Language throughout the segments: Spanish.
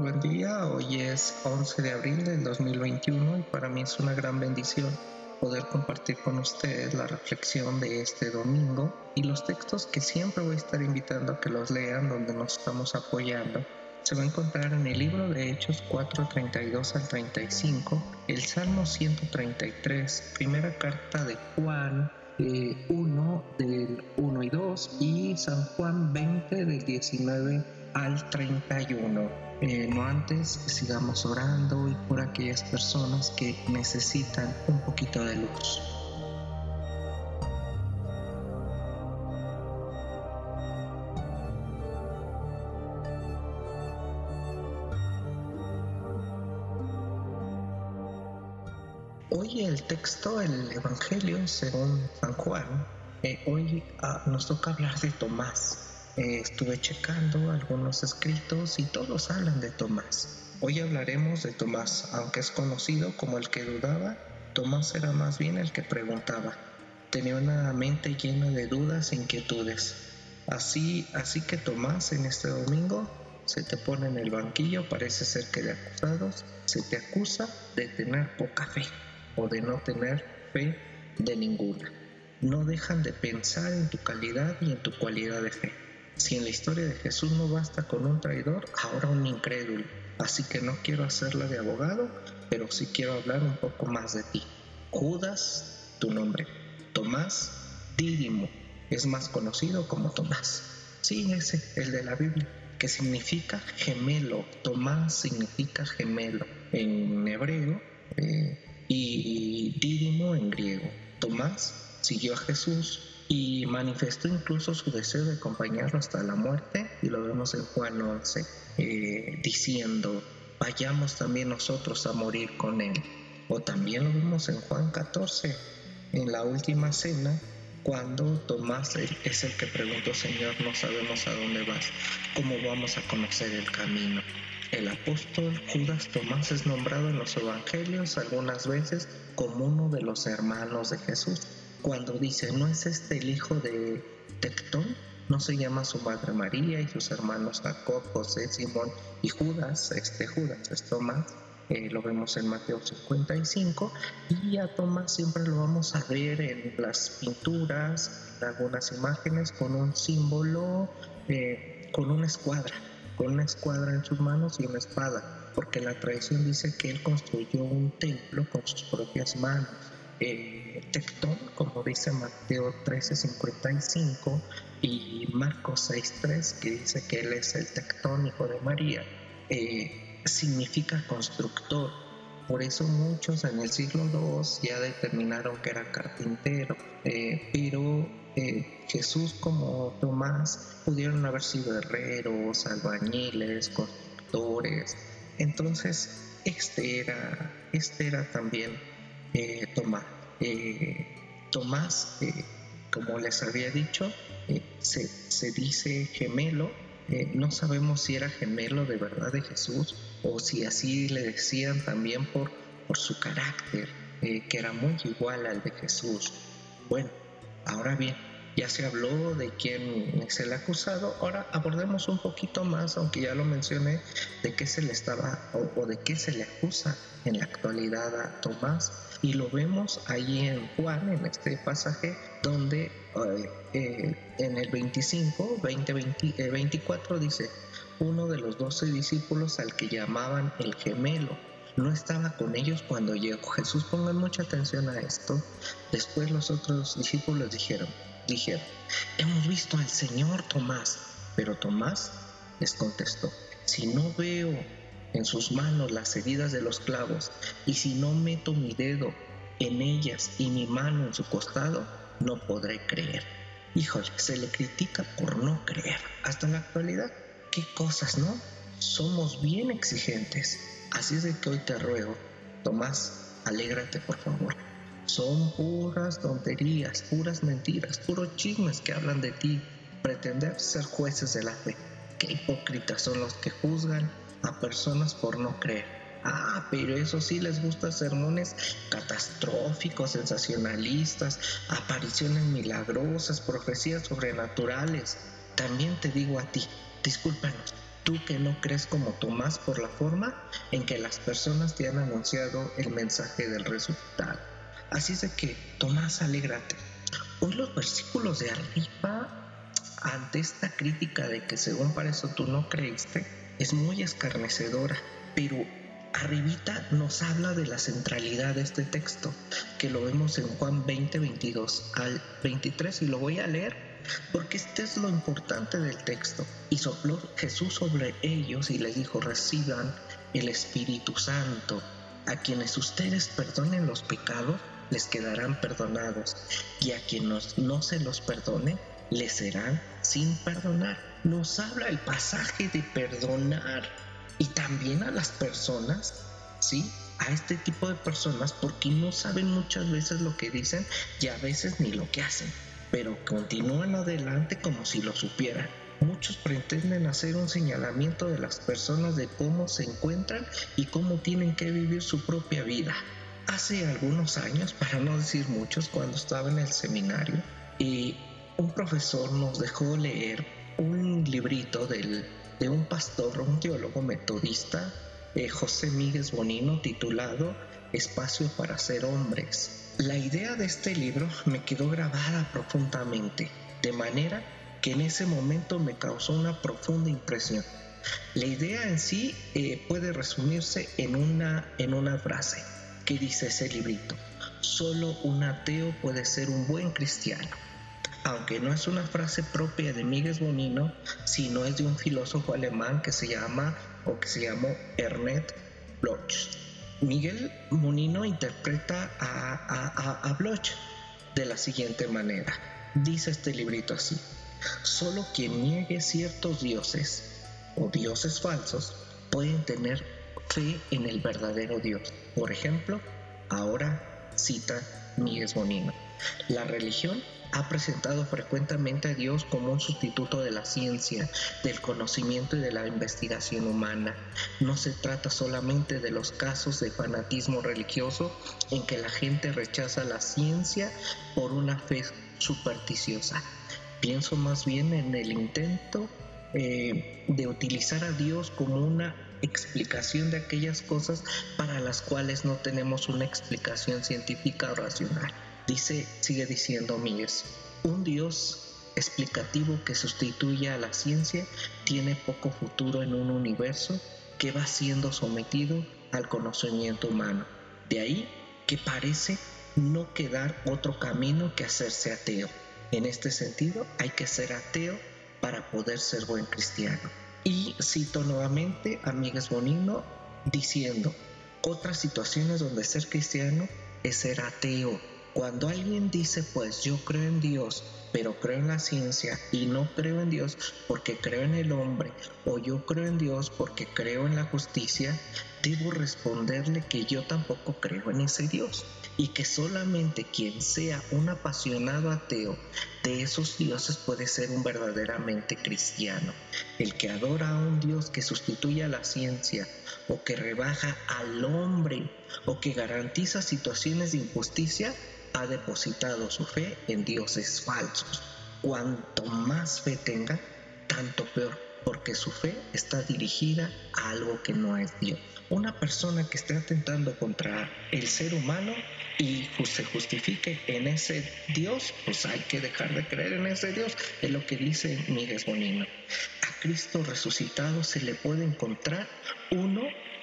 buen día. Hoy es 11 de abril del 2021 y para mí es una gran bendición poder compartir con ustedes la reflexión de este domingo y los textos que siempre voy a estar invitando a que los lean, donde nos estamos apoyando. Se va a encontrar en el libro de Hechos 4:32 al 35, el Salmo 133, primera carta de Juan 1 del 1 y 2 y San Juan 20 del 19 al 31. No antes, sigamos orando y por aquellas personas que necesitan un poquito de luz. Hoy el texto, el Evangelio según San Juan, hoy nos toca hablar de Tomás. Estuve checando algunos escritos y todos hablan de Tomás. Hoy hablaremos de Tomás, aunque es conocido como el que dudaba. Tomás era más bien el que preguntaba. Tenía una mente llena de dudas e inquietudes. Así que Tomás, en este domingo se te pone en el banquillo, parece ser que de acusados se te acusa de tener poca fe o de no tener fe de ninguna. No dejan de pensar en tu calidad y en tu cualidad de fe. Si en la historia de Jesús no basta con un traidor, ahora un incrédulo. Así que no quiero hacerla de abogado, pero sí quiero hablar un poco más de ti. Judas, tu nombre. Tomás, Dídimo, es más conocido como Tomás. Sí, ese, el de la Biblia, que significa gemelo. Tomás significa gemelo en hebreo y Dídimo en griego. Tomás siguió a Jesús y manifestó incluso su deseo de acompañarlo hasta la muerte, y lo vemos en Juan 11, diciendo, vayamos también nosotros a morir con él. O también lo vemos en Juan 14, en la última cena, cuando Tomás es el que preguntó, Señor, no sabemos a dónde vas, ¿cómo vamos a conocer el camino? El apóstol Judas Tomás es nombrado en los evangelios algunas veces como uno de los hermanos de Jesús. Cuando dice, ¿no es este el hijo de Tectón? ¿No se llama su madre María y sus hermanos Jacob, José, Simón y Judas? Judas es Tomás. Lo vemos en Mateo 55, y a Tomás siempre lo vamos a ver en las pinturas, en algunas imágenes, con un símbolo, con una escuadra en sus manos y una espada, porque la tradición dice que él construyó un templo con sus propias manos. Tectón, como dice Mateo 13:55 y Marcos 6:3, que dice que él es el Tectón, hijo de María, significa constructor. Por eso muchos en el siglo II ya determinaron que era carpintero, pero Jesús como Tomás pudieron haber sido herreros, albañiles, constructores. Entonces este era también Tomás. Tomás, como les había dicho, se dice gemelo. No sabemos si era gemelo de verdad de Jesús o si así le decían también por su carácter, que era muy igual al de Jesús. Bueno, ahora bien, ya se habló de quién es el acusado. Ahora abordemos un poquito más, aunque ya lo mencioné, de qué se le estaba o de qué se le acusa en la actualidad a Tomás. Y lo vemos ahí en Juan, en este pasaje, donde en el 24 dice, uno de los 12 discípulos al que llamaban el gemelo no estaba con ellos cuando llegó Jesús. Pongan mucha atención a esto. Después los otros discípulos dijeron, hemos visto al Señor, Tomás. Pero Tomás les contestó, si no veo en sus manos las heridas de los clavos, y si no meto mi dedo en ellas y mi mano en su costado, no podré creer. Híjole, se le critica por no creer. Hasta en la actualidad, qué cosas, ¿no? Somos bien exigentes. Así es de que hoy te ruego, Tomás, alégrate por favor. Son puras tonterías, puras mentiras, puros chismes que hablan de ti, pretender ser jueces de la fe. Qué hipócritas son los que juzgan a personas por no creer. Pero eso sí, les gusta sermones catastróficos, sensacionalistas, apariciones milagrosas, profecías sobrenaturales. También te digo a ti, discúlpanos, tú que no crees como Tomás por la forma en que las personas te han anunciado el mensaje del resucitado. Así es de que, Tomás, alégrate. Hoy los versículos de arriba, ante esta crítica de que según para eso tú no creíste, es muy escarnecedora, pero arribita nos habla de la centralidad de este texto, que lo vemos en Juan 20, 22 al 23, y lo voy a leer porque este es lo importante del texto. Y sopló Jesús sobre ellos y les dijo: reciban el Espíritu Santo. A quienes ustedes perdonen los pecados, les quedarán perdonados, y a quienes no se los perdone, les serán sin perdonar. Nos habla el pasaje de perdonar, y también a las personas, ¿sí? A este tipo de personas, porque no saben muchas veces lo que dicen y a veces ni lo que hacen, pero continúan adelante como si lo supieran. Muchos pretenden hacer un señalamiento de las personas de cómo se encuentran y cómo tienen que vivir su propia vida. Hace algunos años, para no decir muchos, cuando estaba en el seminario, un profesor nos dejó leer un librito de un pastor, un teólogo metodista, José Míguez Bonino, titulado Espacio para ser hombres. La idea de este libro me quedó grabada profundamente, de manera que en ese momento me causó una profunda impresión. La idea en sí puede resumirse en una frase que dice ese librito: solo un ateo puede ser un buen cristiano. Aunque no es una frase propia de Míguez Bonino, sino es de un filósofo alemán que se llamó Ernst Bloch. Miguel Bonino interpreta a Bloch de la siguiente manera. Dice este librito así: solo quien niegue ciertos dioses o dioses falsos pueden tener fe en el verdadero Dios. Por ejemplo, ahora cita Míguez Bonino: la religión ha presentado frecuentemente a Dios como un sustituto de la ciencia, del conocimiento y de la investigación humana. No se trata solamente de los casos de fanatismo religioso en que la gente rechaza la ciencia por una fe supersticiosa. Pienso más bien en el intento de utilizar a Dios como una explicación de aquellas cosas para las cuales no tenemos una explicación científica o racional. Sigue diciendo Míguez: un Dios explicativo que sustituya a la ciencia tiene poco futuro en un universo que va siendo sometido al conocimiento humano. De ahí que parece no quedar otro camino que hacerse ateo. En este sentido, hay que ser ateo para poder ser buen cristiano. Y cito nuevamente a Míguez Bonino diciendo: otras situaciones donde ser cristiano es ser ateo. Cuando alguien dice, pues yo creo en Dios, pero creo en la ciencia, y no creo en Dios porque creo en el hombre, o yo creo en Dios porque creo en la justicia, debo responderle que yo tampoco creo en ese Dios, y que solamente quien sea un apasionado ateo de esos dioses puede ser un verdaderamente cristiano. El que adora a un Dios que sustituye a la ciencia, o que rebaja al hombre, o que garantiza situaciones de injusticia, ha depositado su fe en dioses falsos. Cuanto más fe tenga, tanto peor, porque su fe está dirigida a algo que no es Dios. Una persona que esté atentando contra el ser humano y se justifique en ese Dios, pues hay que dejar de creer en ese Dios, es lo que dice Míguez Bonino. A Cristo resucitado se le puede encontrar uno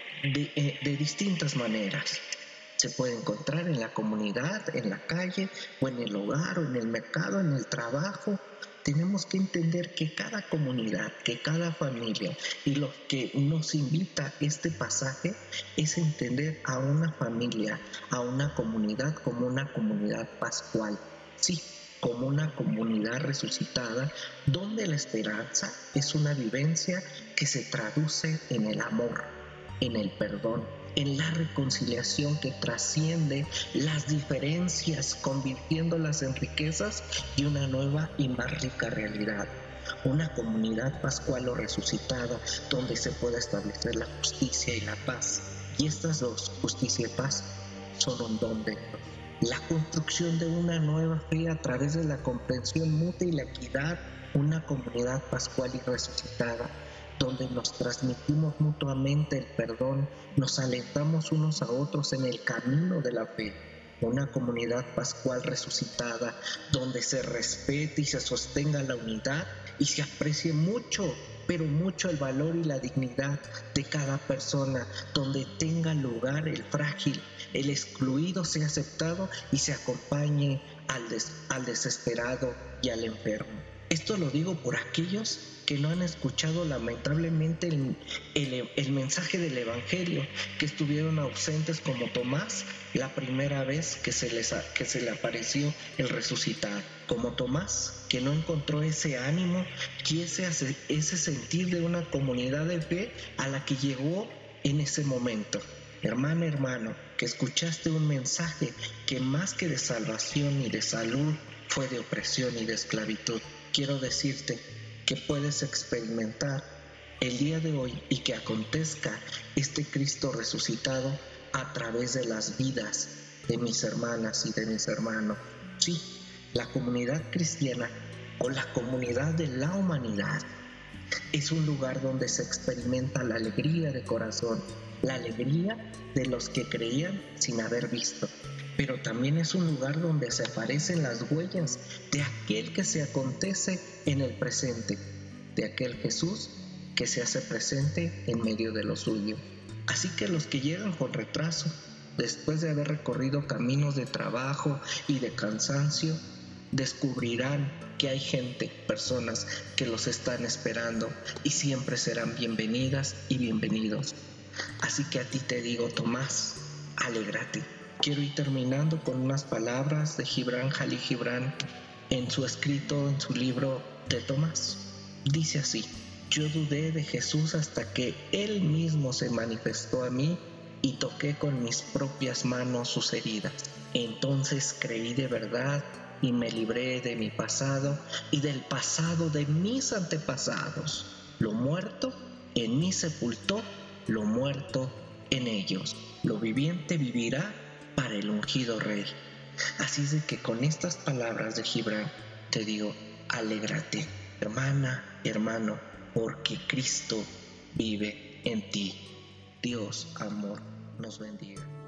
de distintas maneras. Se puede encontrar en la comunidad, en la calle, o en el hogar, o en el mercado, en el trabajo. Tenemos que entender que cada comunidad, que cada familia, y lo que nos invita este pasaje es entender a una familia, a una comunidad como una comunidad pascual. Sí, como una comunidad resucitada, donde la esperanza es una vivencia que se traduce en el amor, en el perdón, en la reconciliación que trasciende las diferencias, convirtiéndolas en riquezas y una nueva y más rica realidad. Una comunidad pascual o resucitada donde se pueda establecer la justicia y la paz. Y estas dos, justicia y paz, son un don de Dios. La construcción de una nueva fe a través de la comprensión mutua y la equidad, una comunidad pascual y resucitada, donde nos transmitimos mutuamente el perdón, nos alentamos unos a otros en el camino de la fe. Una comunidad pascual resucitada, donde se respete y se sostenga la unidad y se aprecie mucho, pero mucho el valor y la dignidad de cada persona, donde tenga lugar el frágil, el excluido sea aceptado y se acompañe al desesperado y al enfermo. Esto lo digo por aquellos que no han escuchado lamentablemente el mensaje del Evangelio, que estuvieron ausentes como Tomás la primera vez que se le apareció el resucitado, como Tomás, que no encontró ese ánimo y ese sentir de una comunidad de fe a la que llegó en ese momento. Hermana, hermano, que escuchaste un mensaje que más que de salvación y de salud fue de opresión y de esclavitud. Quiero decirte que puedes experimentar el día de hoy y que acontezca este Cristo resucitado a través de las vidas de mis hermanas y de mis hermanos. Sí, la comunidad cristiana o la comunidad de la humanidad es un lugar donde se experimenta la alegría de corazón, la alegría de los que creían sin haber visto. Pero también es un lugar donde se aparecen las huellas de aquel que se acontece en el presente, de aquel Jesús que se hace presente en medio de lo suyo. Así que los que llegan con retraso, después de haber recorrido caminos de trabajo y de cansancio, descubrirán que hay gente, personas que los están esperando y siempre serán bienvenidas y bienvenidos. Así que a ti te digo, Tomás, alégrate. Quiero ir terminando con unas palabras de Gibran Jalil Gibran en su escrito, en su libro de Tomás. Dice así: yo dudé de Jesús hasta que Él mismo se manifestó a mí y toqué con mis propias manos sus heridas. Entonces creí de verdad y me libré de mi pasado y del pasado de mis antepasados. Lo muerto en mí sepultó, lo muerto en ellos. Lo viviente vivirá para el ungido Rey. Así es de que con estas palabras de Gibran te digo, alégrate, hermana, hermano, porque Cristo vive en ti. Dios, amor, nos bendiga.